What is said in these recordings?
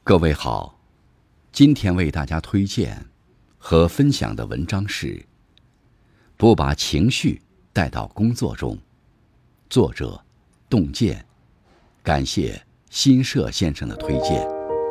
各位好，今天为大家推荐和分享的文章是不把情绪带到工作中，作者洞见，感谢新社先生的推荐。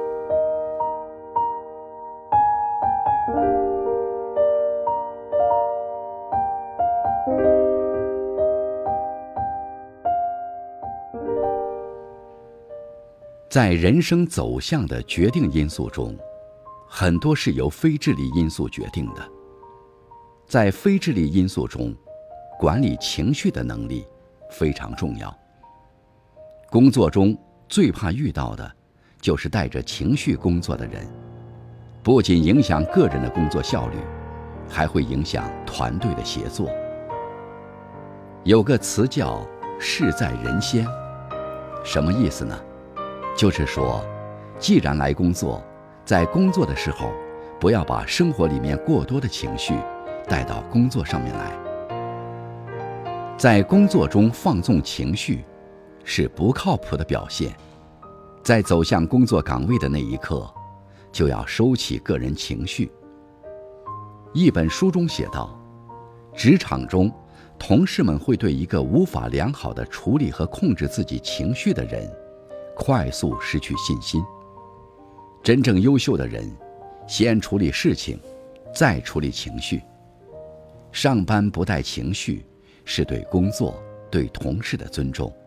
在人生走向的决定因素中，很多是由非智力因素决定的。在非智力因素中，管理情绪的能力非常重要。工作中最怕遇到的就是带着情绪工作的人，不仅影响个人的工作效率，还会影响团队的协作。有个词叫事在人先，什么意思呢？就是说，既然来工作，在工作的时候，不要把生活里面过多的情绪带到工作上面来。在工作中放纵情绪，是不靠谱的表现。在走向工作岗位的那一刻，就要收起个人情绪。一本书中写道，职场中，同事们会对一个无法良好的处理和控制自己情绪的人快速失去信心。真正优秀的人，先处理事情，再处理情绪。上班不带情绪，是对工作、对同事的尊重。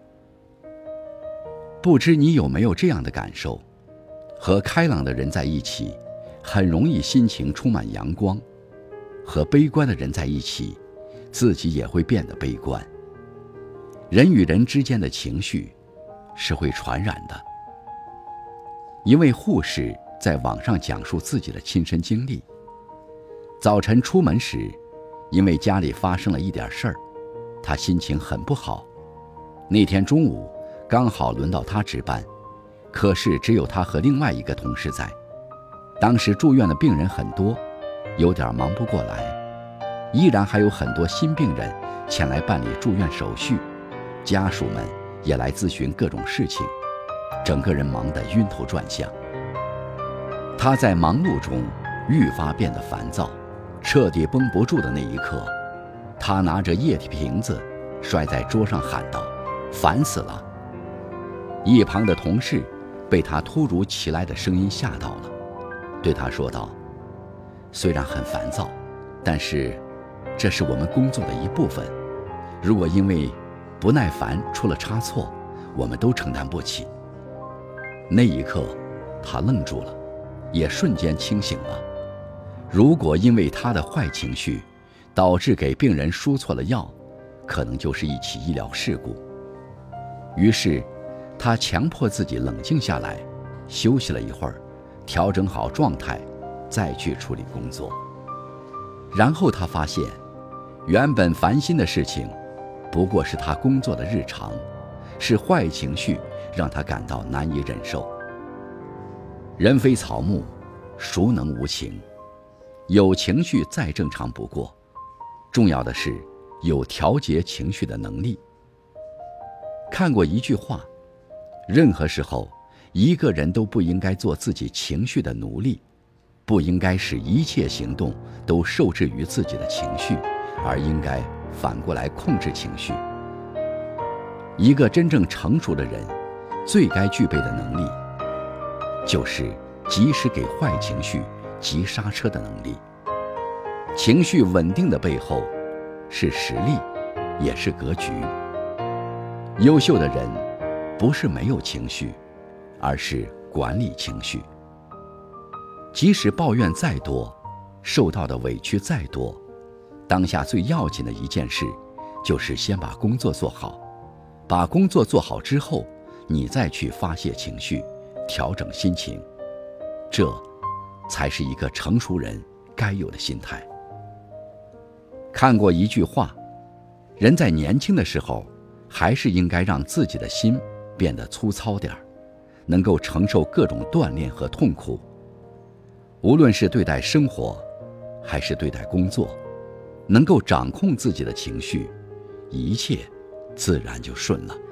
不知你有没有这样的感受？和开朗的人在一起，很容易心情充满阳光；和悲观的人在一起，自己也会变得悲观。人与人之间的情绪是会传染的。一位护士在网上讲述自己的亲身经历。早晨出门时，因为家里发生了一点事儿，她心情很不好。那天中午刚好轮到她值班，可是只有她和另外一个同事在。当时住院的病人很多，有点忙不过来，依然还有很多新病人前来办理住院手续，家属们也来咨询各种事情，整个人忙得晕头转向。他在忙碌中愈发变得烦躁，彻底绷不住的那一刻，他拿着液体瓶子摔在桌上，喊道：“烦死了！”一旁的同事被他突如其来的声音吓到了，对他说道：“虽然很烦躁，但是这是我们工作的一部分，如果因为不耐烦出了差错，我们都承担不起。”那一刻，他愣住了，也瞬间清醒了。如果因为他的坏情绪导致给病人输错了药，可能就是一起医疗事故。于是他强迫自己冷静下来，休息了一会儿，调整好状态，再去处理工作。然后他发现，原本烦心的事情不过是他工作的日常，是坏情绪让他感到难以忍受。人非草木，孰能无情？有情绪再正常不过，重要的是有调节情绪的能力。看过一句话，任何时候，一个人都不应该做自己情绪的奴隶，不应该使一切行动都受制于自己的情绪，而应该反过来控制情绪。一个真正成熟的人，最该具备的能力，就是及时给坏情绪急刹车的能力。情绪稳定的背后，是实力，也是格局。优秀的人，不是没有情绪，而是管理情绪。即使抱怨再多，受到的委屈再多，当下最要紧的一件事，就是先把工作做好。把工作做好之后，你再去发泄情绪，调整心情，这才是一个成熟人该有的心态。看过一句话，人在年轻的时候，还是应该让自己的心变得粗糙点儿，能够承受各种锻炼和痛苦。无论是对待生活，还是对待工作，能够掌控自己的情绪，一切自然就顺了。